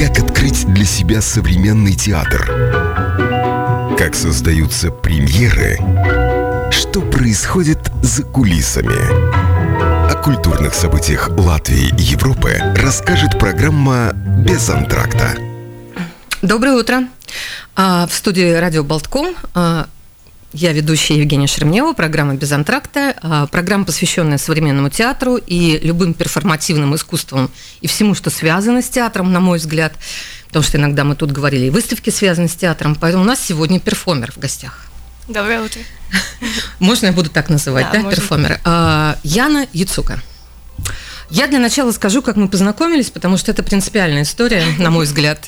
Как открыть для себя современный театр? Как создаются премьеры? Что происходит за кулисами? О культурных событиях Латвии и Европы расскажет программа «Без антракта». Доброе утро. В студии радио «Болтком» я ведущая Евгения Шереметьева, программа «Без антракта», программа, посвященная современному театру и любым перформативным искусствам и всему, что связано с театром, на мой взгляд, потому что иногда мы тут говорили, и выставки связаны с театром, поэтому у нас сегодня перформер в гостях. Доброе утро. Можно я буду так называть, да, перформер? Яна Яцука. Я для начала скажу, как мы познакомились, потому что это принципиальная история, на мой взгляд.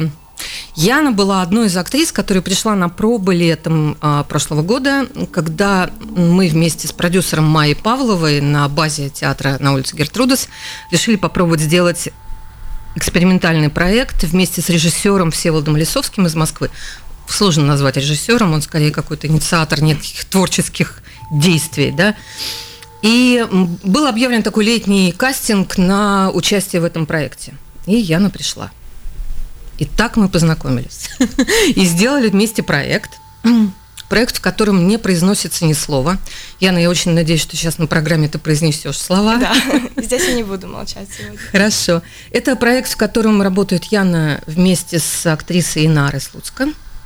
Яна была одной из актрис, которая пришла на пробы летом прошлого года, когда мы вместе с продюсером Майей Павловой на базе театра на улице Гертрудес решили попробовать сделать экспериментальный проект вместе с режиссером Всеволодом Лисовским из Москвы. Сложно назвать режиссером, он скорее какой-то инициатор неких творческих действий, да. И был объявлен такой летний кастинг на участие в этом проекте. И Яна пришла. И так мы познакомились. И сделали вместе проект. Проект, в котором не произносится ни слова. Яна, я очень надеюсь, что сейчас на программе ты произнесешь слова. Да, здесь я не буду молчать сегодня. Хорошо. Это проект, в котором работает Яна вместе с актрисой Инарой Слуцко.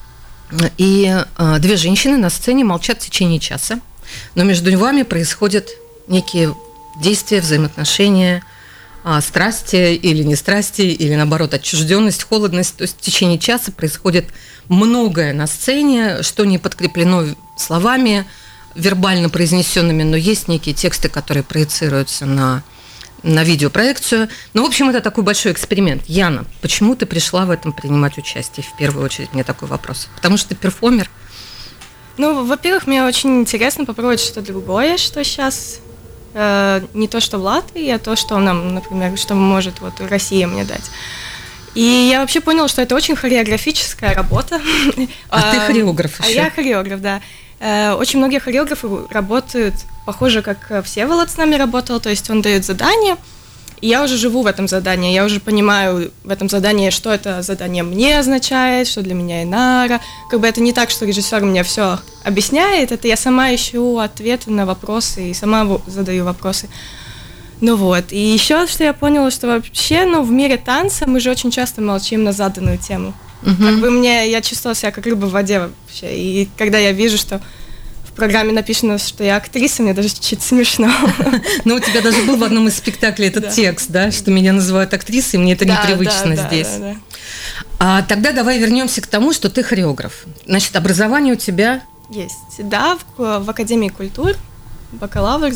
И две женщины на сцене молчат в течение часа. Но между вами происходят некие действия, взаимоотношения, страсти или не страсти, или наоборот отчужденность, холодность. То есть в течение часа происходит многое на сцене, что не подкреплено словами, вербально произнесенными, но есть некие тексты, которые проецируются на видеопроекцию. Ну, в общем, это такой большой эксперимент. Яна, почему ты пришла в этом принимать участие? В первую очередь мне такой вопрос. Потому что ты перформер. Ну, во-первых, мне очень интересно попробовать что-то другое, что сейчас не то, что в Латвии, а то, что нам, например, что может вот Россия мне дать. И я вообще поняла, что это очень хореографическая работа. А ты хореограф еще? А я хореограф, да. Очень многие хореографы работают, похоже, как Всеволод с нами работал, то есть он дает задание, и я уже живу в этом задании, я уже понимаю в этом задании, что это задание мне означает, что для меня Инара. Как бы это не так, что режиссер мне все объясняет, это я сама ищу ответы на вопросы и сама задаю вопросы. Ну вот, и еще что я поняла, что вообще, в мире танца мы же очень часто молчим на заданную тему. Как бы я чувствовала себя как рыба в воде вообще, и когда я вижу, что в программе написано, что я актриса, мне даже чуть смешно. Ну, у тебя даже был в одном из спектаклей этот текст, да, что меня называют актрисой, мне это непривычно здесь. Да. А тогда давай вернемся к тому, что ты хореограф. Значит, образование у тебя? Есть, да, в Академии культур, бакалавр.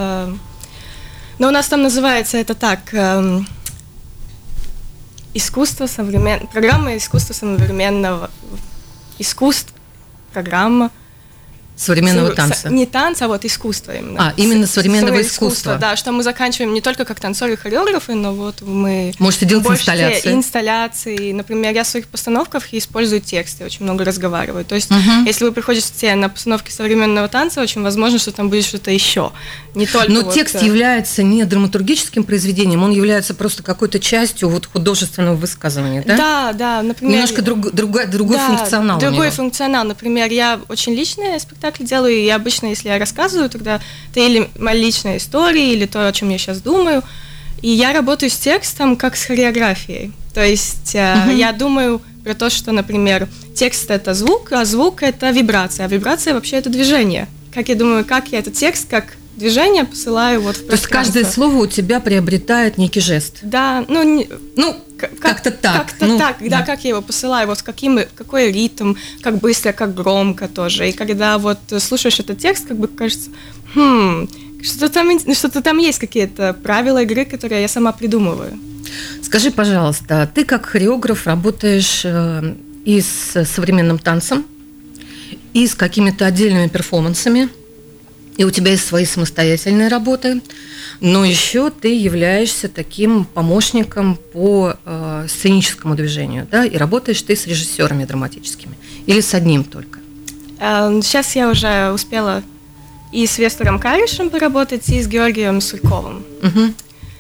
Но у нас там называется это так, программа искусства современного искусства, программа современного танца. Не танца, а вот искусство именно. Именно современного искусства. Да, что мы заканчиваем не только как танцоры и хореографы, но вот мы... Можете делать инсталляции. Например, я в своих постановках использую тексты, очень много разговариваю. То есть, если вы приходите на постановки современного танца, очень возможно, что там будет что-то еще. Не только но текст является не драматургическим произведением, он является просто какой-то частью художественного высказывания, да? Да, например... Немножко другой функционал. Другой функционал. Например, я очень личные спектакли делаю, и обычно, если я рассказываю, тогда это или моя личная история, или то, о чем я сейчас думаю. И я работаю с текстом как с хореографией. То есть я думаю про то, что, например, текст – это звук, а звук – это вибрация. А вибрация вообще – это движение. Как я думаю, как я этот текст, как движение посылаю вот в пространство. То есть каждое слово у тебя приобретает некий жест. Да, как-то так. Да, как я его посылаю, вот какой ритм, как быстро, как громко тоже. И когда вот слушаешь этот текст, как бы кажется, что-то там есть какие-то правила игры, которые я сама придумываю. Скажи, пожалуйста, ты как хореограф работаешь и с современным танцем, и с какими-то отдельными перформансами, и у тебя есть свои самостоятельные работы, но еще ты являешься таким помощником по сценическому движению, да, и работаешь ты с режиссерами драматическими, или с одним только? Сейчас я уже успела и с Вестером Каришем поработать, и с Георгием Сурковым.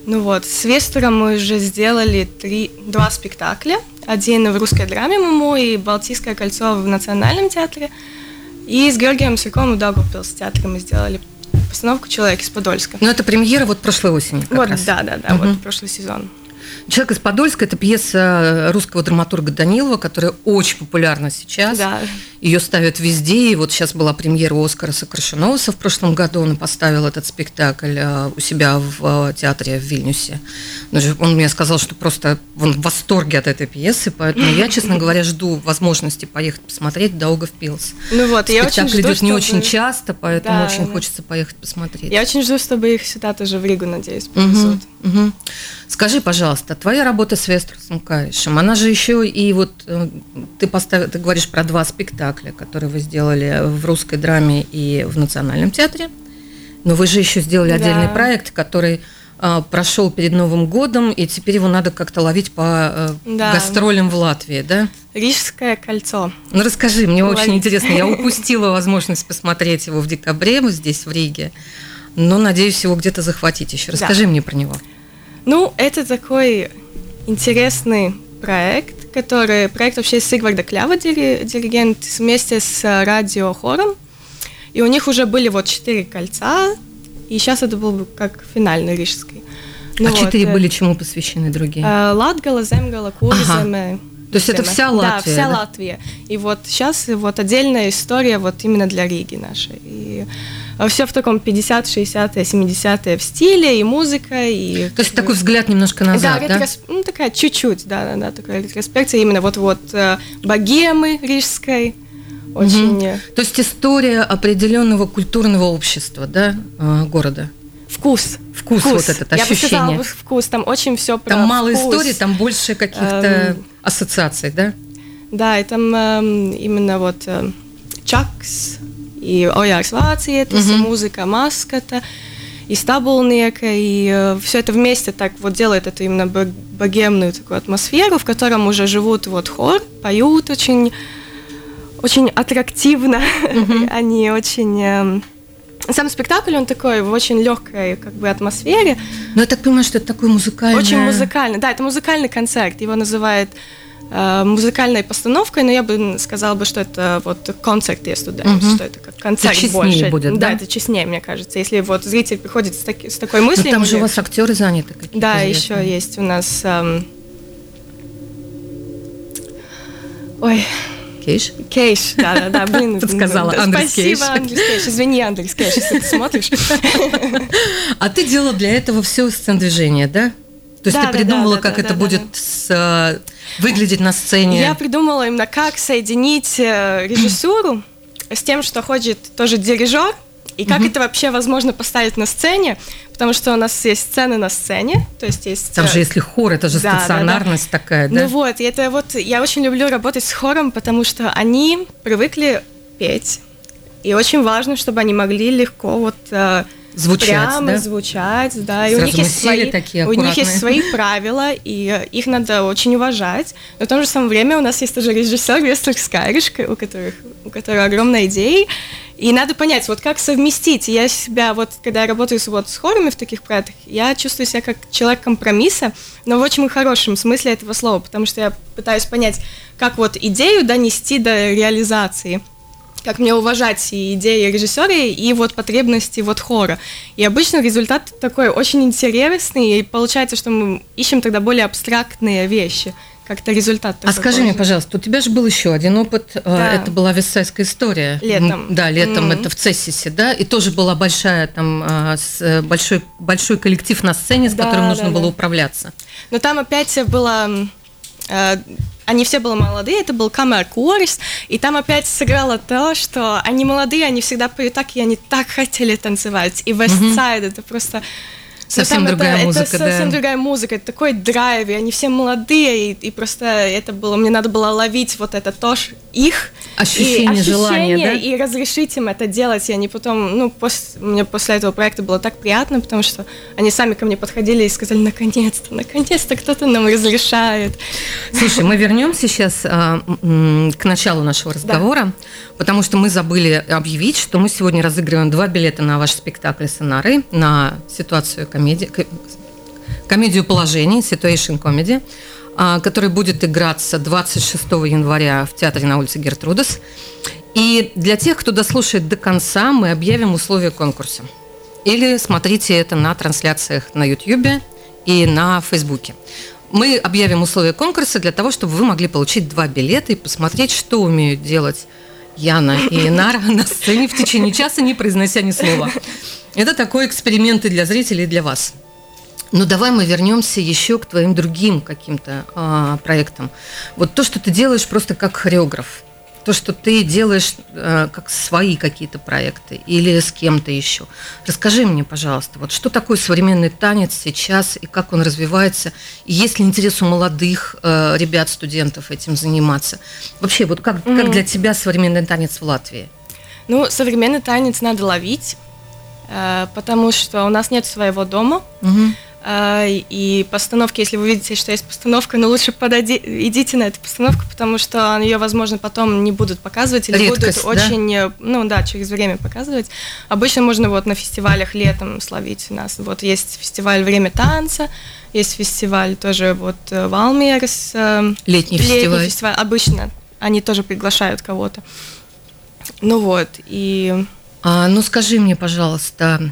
Ну вот, с Вестером мы уже сделали 2 спектакля. Один в русской драме ММУ и «Балтийское кольцо» в Национальном театре. И с Георгием Сырковым в Даугавпилс театре мы сделали постановку «Человек из Подольска». Ну, это премьера вот прошлой осени как вот, раз. Да, вот прошлый сезон. «Человек из Подольска» – это пьеса русского драматурга Данилова, которая очень популярна сейчас. Да. Ее ставят везде. И вот сейчас была премьера Оскара Сокрашеноуса в прошлом году. Он поставил этот спектакль у себя в театре в Вильнюсе. Он мне сказал, что просто он в восторге от этой пьесы, поэтому я, честно говоря, жду возможности поехать посмотреть Даугавпилс. Ну вот, я очень жду, идет не очень часто, поэтому очень хочется поехать посмотреть. Я очень жду, чтобы их сюда тоже в Ригу, надеюсь, привезут. Скажи, пожалуйста, твоя работа с Вестерсом Кайшем, она же еще и вот ты говоришь про 2 спектакля, которые вы сделали в русской драме и в Национальном театре, но вы же еще сделали отдельный проект, который прошел перед Новым годом, и теперь его надо как-то ловить по гастролям в Латвии, да? Рижское кольцо. Ну расскажи, мне очень интересно, я упустила возможность посмотреть его в декабре здесь в Риге, но надеюсь его где-то захватить еще. Расскажи мне про него. Ну, это такой интересный проект вообще Сигварда Клява, диригент, вместе с радиохором. И у них уже были 4 кольца, и сейчас это был бы как финальный рижский. Ну, 4 были чему посвящены другие? Латгала, Земгала, Курземе. То есть это вся Латвия? Да, вся Латвия. И вот сейчас отдельная история именно для Риги нашей. И все в таком 50-60-е, 70-е в стиле, и музыка, и... То есть такой взгляд немножко назад, да? Ну, такая чуть-чуть, да, такая ретроспекция именно богемы рижской. Очень... То есть история определенного культурного общества, да, города? Вкус вот это ощущение. Я бы сказала, вкус, там очень все про там мало вкус. Истории, там больше каких-то ассоциаций, да? Да, и там именно Чакс, и Ojārs Vācietis, и музыка Маската, и Стабулника, и все это вместе так делает эту именно богемную такую атмосферу, в котором уже живут хор, поют очень, очень аттрактивно, они очень... Сам спектакль, он такой в очень легкой атмосфере. Но я так понимаю, что это такой музыкальный... Очень музыкальный, да, это музыкальный концерт, его называют музыкальной постановкой, но я бы сказала, что это концерт есть туда, что это как концерт это больше. Будет, да, это честнее, мне кажется. Если зритель приходит с такой мыслью... Но там же у вас актеры заняты какие-то. Да, еще есть у нас... Кейш, да, блин. Подсказала, Андрес Кейш. Спасибо, Андрес Кейш. Извини, Андрес Кейш, если ты смотришь. А ты делала для этого все сцен-движение, да? То есть ты придумала, как это будет выглядеть на сцене? Я придумала именно, как соединить режиссуру с тем, что ходит тоже дирижер, и как это вообще возможно поставить на сцене, потому что у нас есть сцены на сцене, то есть есть... Там же если хор, это же стационарность такая, да? Ну и это я очень люблю работать с хором, потому что они привыкли петь, и очень важно, чтобы они могли легко звучать, да, и у них есть свои правила, и их надо очень уважать. Но в то же самое время у нас есть тоже режиссер Вестерс Кайш, у которого огромная идея, и надо понять, как совместить. Я себя, когда я работаю с хорами в таких проектах, я чувствую себя как человек компромисса, но в очень хорошем смысле этого слова, потому что я пытаюсь понять, как идею донести до реализации, как мне уважать и идеи режиссера, и потребности хора. И обычно результат такой очень интересный, и получается, что мы ищем тогда более абстрактные вещи, как-то результат такой. А скажи мне, пожалуйста, у тебя же был еще один опыт, это была «Вестсайдская история». Летом. Да, летом, это в Цессисе, да, и тоже была большой коллектив на сцене, с которым нужно было управляться. Но там опять было... Они все были молодые, это был камер-курс, и там опять сыграло то, что они молодые, они всегда поют так, и они так хотели танцевать. И Вестсайд это просто... Совсем другая музыка, это совсем другая музыка, это такой драйв, и они все молодые, и просто это было, мне надо было ловить это тоже их ощущение, желание, да? И разрешить им это делать, и они потом, мне после этого проекта было так приятно, потому что они сами ко мне подходили и сказали, наконец-то кто-то нам разрешает. Слушай, мы вернемся сейчас к началу нашего разговора, потому что мы забыли объявить, что мы сегодня разыгрываем 2 билета на ваш спектакль «Сонары», на ситуацию комедию «Положение», Situation Comedy, который будет играться 26 января в театре на улице Гертрудес. И для тех, кто дослушает до конца, мы объявим условия конкурса. Или смотрите это на трансляциях на YouTube и на Фейсбуке. Мы объявим условия конкурса для того, чтобы вы могли получить 2 билета и посмотреть, что умеют делать Яна и Инара на сцене в течение часа, не произнося ни слова. Это такой эксперимент и для зрителей, и для вас. Но давай мы вернемся еще к твоим другим каким-то проектам. Вот то, что ты делаешь просто как хореограф, то, что ты делаешь как свои какие-то проекты или с кем-то еще. Расскажи мне, пожалуйста, вот что такое современный танец сейчас и как он развивается, и есть ли интерес у молодых ребят, студентов этим заниматься? Вообще, вот как для тебя современный танец в Латвии? Ну, современный танец надо ловить, потому что у нас нет своего дома. И постановки, если вы видите, что есть постановка, но лучше идите на эту постановку, потому что ее, возможно, потом не будут показывать или редкость, будут очень, через время показывать. Обычно можно вот на фестивалях летом словить нас. Вот есть фестиваль «Время танца», есть фестиваль тоже вот «Валмерс». Летний фестиваль. Обычно они тоже приглашают кого-то. Ну вот, и... Ну скажи мне, пожалуйста,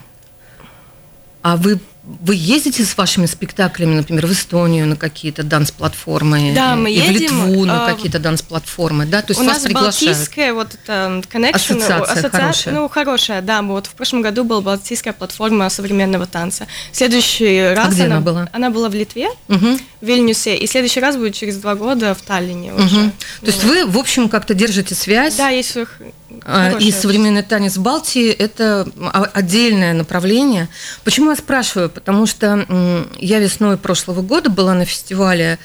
а вы ездите с вашими спектаклями, например, в Эстонию на какие-то данс-платформы? Да, мы едем. И в Литву на какие-то данс-платформы, да? То есть у вас нас приглашают? Балтийская вот эта connection, ассоциация хорошая. Ну, хорошая, да. Вот в прошлом году была Балтийская платформа современного танца. В следующий раз где она была? Она была в Литве, в Вильнюсе, и следующий раз будет через 2 года в Таллине уже. То есть вы, в общем, как-то держите связь? Да, есть и современный танец в Балтии – это отдельное направление. Почему я спрашиваю? Потому что я весной прошлого года была на фестивале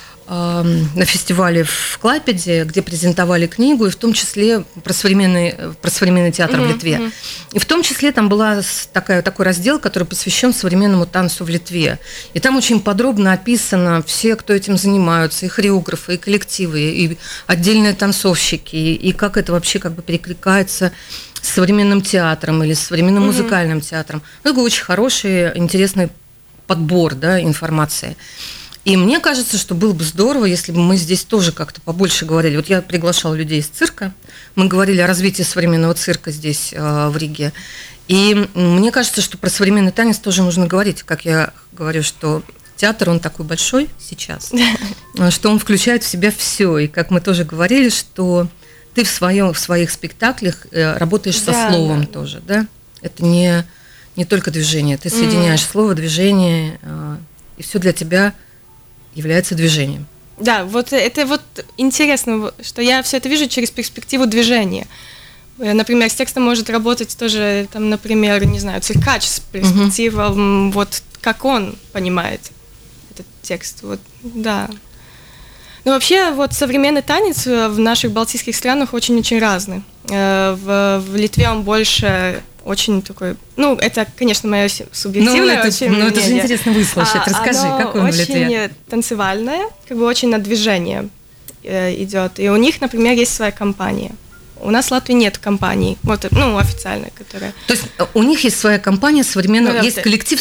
в Клайпеде, где презентовали книгу, и в том числе про современный театр в Литве. И в том числе там была такой раздел, который посвящен современному танцу в Литве. И там очень подробно описано все, кто этим занимаются, и хореографы, и коллективы, и отдельные танцовщики, и как это вообще как бы перекликается с современным театром или с современным музыкальным театром. Это очень хороший, интересный подбор, да, информации. И мне кажется, что было бы здорово, если бы мы здесь тоже как-то побольше говорили. Вот я приглашала людей из цирка, мы говорили о развитии современного цирка здесь, в Риге. И мне кажется, что про современный танец тоже нужно говорить. Как я говорю, что театр, он такой большой сейчас, что он включает в себя все. И как мы тоже говорили, что ты в своих спектаклях работаешь со словом тоже, да? Это не только движение. Ты соединяешь слово, движение, и все для тебя является движением. Да, вот это вот интересно, что я все это вижу через перспективу движения. Например, с текстом может работать тоже, там, например, не знаю, циркач с перспективой, вот как он понимает этот текст, вот, да. Ну, вообще, вот современный танец в наших балтийских странах очень-очень разный. В Литве он больше очень такой, ну, это, конечно, мое субъективное очень мнение. Ну, это же интересно выслушать. Расскажи, какой он в Литве? Очень танцевальное, как бы очень на движение идет. И у них, например, есть своя компания. У нас в Латвии нет компании, вот, ну, официальной, которая... То есть у них есть своя компания современного, есть коллектив,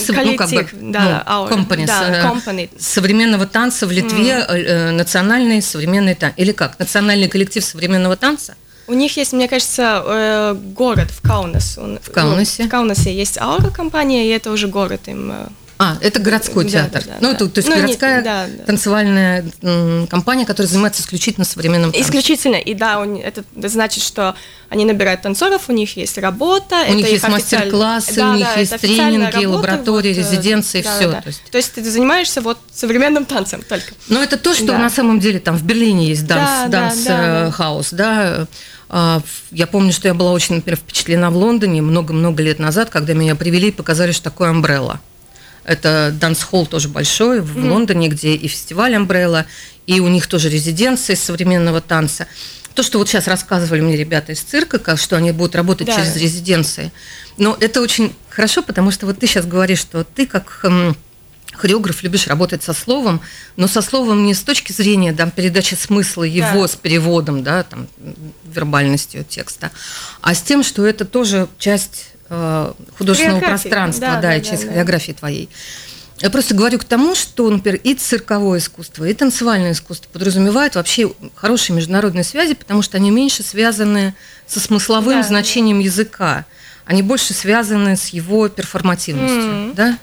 company современного танца в Литве, национальный современный танец. Или как? Национальный коллектив современного танца? У них есть, мне кажется, город в Каунас. В Каунасе? В Каунасе есть Аура-компания, и это уже город им... это городской театр. То есть городская танцевальная компания, которая занимается исключительно современным танцем. Исключительно, и да, это значит, что они набирают танцоров, у них есть работа. У них есть мастер-классы, у них есть тренинги, лаборатории, резиденции, все. То есть ты занимаешься вот современным танцем только. Но это то, что на самом деле там в Берлине есть данс-хаус, да. Я помню, что я была очень, например, впечатлена в Лондоне много-много лет назад, когда меня привели и показали, что такое Umbrella. Это данс-холл тоже большой в Лондоне, где и фестиваль Umbrella, и у них тоже резиденция современного танца. То, что вот сейчас рассказывали мне ребята из цирка, что они будут работать через резиденции. Но это очень хорошо, потому что вот ты сейчас говоришь, что ты как хореограф любишь работать со словом, но со словом не с точки зрения передачи смысла его с переводом, там, вербальностью текста, а с тем, что это тоже часть художественного пространства, и часть хореографии твоей. Я просто говорю к тому, что, например, и цирковое искусство, и танцевальное искусство подразумевают вообще хорошие международные связи, потому что они меньше связаны со смысловым значением языка, они больше связаны с его перформативностью, да?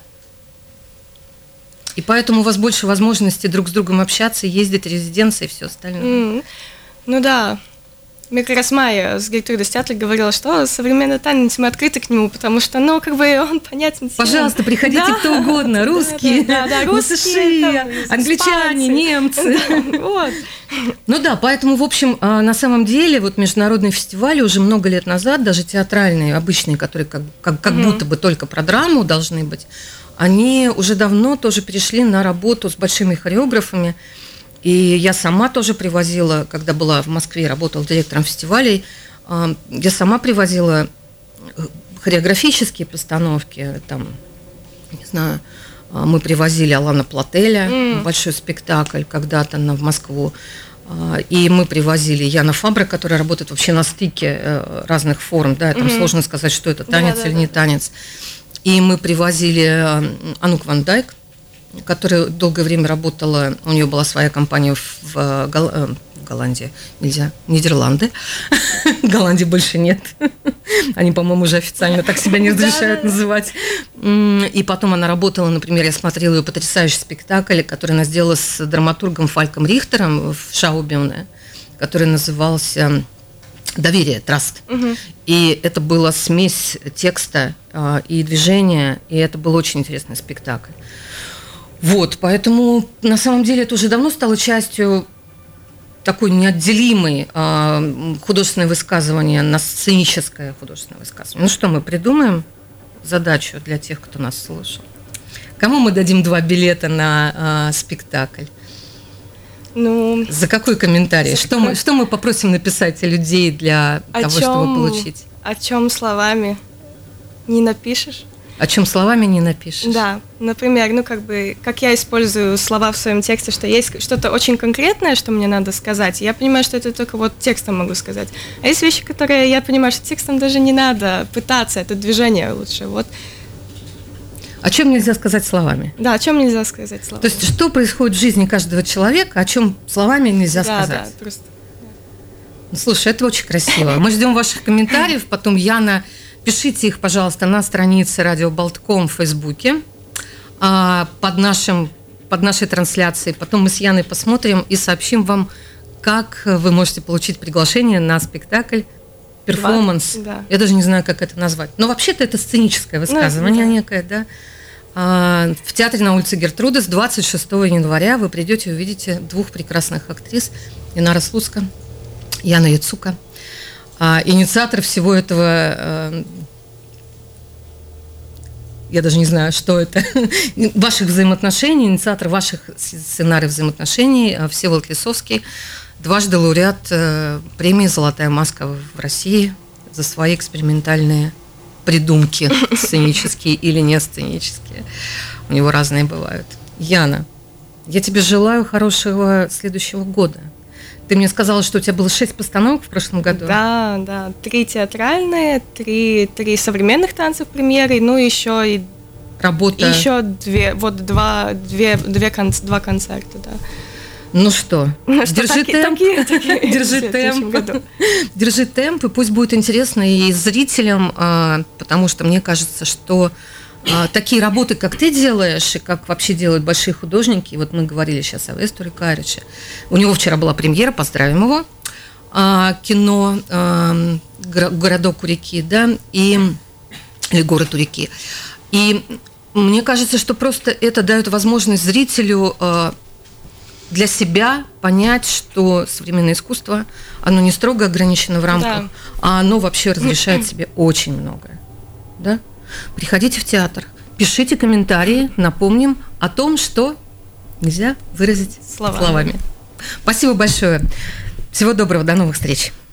И поэтому у вас больше возможностей друг с другом общаться, ездить, резиденции и все остальное. Ну да. Мне как раз Майя с Гертрудой Стятлер говорила, что современный танец, мы открыты к нему, потому что, ну, как бы он понятен всем. Пожалуйста, приходите кто угодно, русские, русские, англичане, немцы. Вот. Ну да, поэтому, в общем, на самом деле, вот международные фестивали уже много лет назад, даже театральные, обычные, которые как будто бы только про драму должны быть, они уже давно тоже перешли на работу с большими хореографами. И я сама тоже привозила, когда была в Москве, работала директором фестивалей, я сама привозила хореографические постановки, там, не знаю, мы привозили Алана Плателя, большой спектакль когда-то в Москву, и мы привозили Яна Фабра, которая работает вообще на стыке разных форм, да, там сложно сказать, что это танец или не танец, и мы привозили Анук Ван Дайк, которая долгое время работала, у нее была своя компания в Голландии, нельзя, Нидерланды, Голландии больше нет, они, по-моему, уже официально так себя не разрешают называть, и потом она работала, например, я смотрела ее потрясающий спектакль, который она сделала с драматургом Фальком Рихтером в Шаубюне, который назывался «Доверие», «Траст», и это была смесь текста и движения, и это был очень интересный спектакль. Вот, поэтому на самом деле это уже давно стало частью такой неотделимой художественное высказывание, на сценическое художественное высказывание. Ну что, мы придумаем задачу для тех, кто нас слушал? Кому мы дадим 2 билета на спектакль? Ну, за какой комментарий? Что мы попросим написать людей для того, чтобы получить? О чем словами не напишешь? О чем словами не напишешь? Да, например, ну как бы, как я использую слова в своем тексте, что есть что-то очень конкретное, что мне надо сказать, я понимаю, что это только вот текстом могу сказать. А есть вещи, которые я понимаю, что текстом даже не надо пытаться, это движение лучше, вот. О чем нельзя сказать словами? Да, о чем нельзя сказать словами. То есть, что происходит в жизни каждого человека, о чем словами нельзя сказать? Да, просто. Ну, слушай, это очень красиво. Мы ждем ваших комментариев, потом Яна... Пишите их, пожалуйста, на странице Радио Болтком в Фейсбуке под нашей трансляцией. Потом мы с Яной посмотрим и сообщим вам, как вы можете получить приглашение на спектакль, перформанс. Да. Я даже не знаю, как это назвать. Но вообще-то это сценическое высказывание некое, да. В театре на улице Гертруды с 26 января вы придете и увидите 2 прекрасных актрис: Инара Слуцка, Яна Яцука. Инициатор всего этого, я даже не знаю, что это, ваших взаимоотношений, инициатор ваших сценариев взаимоотношений Всеволод Лисовский, 2-д лауреат премии «Золотая маска» в России за свои экспериментальные придумки, сценические или не сценические. У него разные бывают. Яна, я тебе желаю хорошего следующего года. Ты мне сказала, что у тебя было 6 постановок в прошлом году? Да, 3 театральные, 3 современных танцев премьеры, ну еще и работа. Еще 2 концерта, да. Ну что, держи темп, держи темп, держи темп, и пусть будет интересно и зрителям, потому что мне кажется, что такие работы, как ты делаешь, и как вообще делают большие художники, вот мы говорили сейчас о Весторе Кариче, у него вчера была премьера, поздравим его, кино «Городок у реки», да, или «Город у реки». И мне кажется, что просто это дает возможность зрителю для себя понять, что современное искусство, оно не строго ограничено в рамках, а оно вообще разрешает себе очень многое, да? Приходите в театр, пишите комментарии, напомним о том, что нельзя выразить словами. Спасибо большое. Всего доброго, до новых встреч.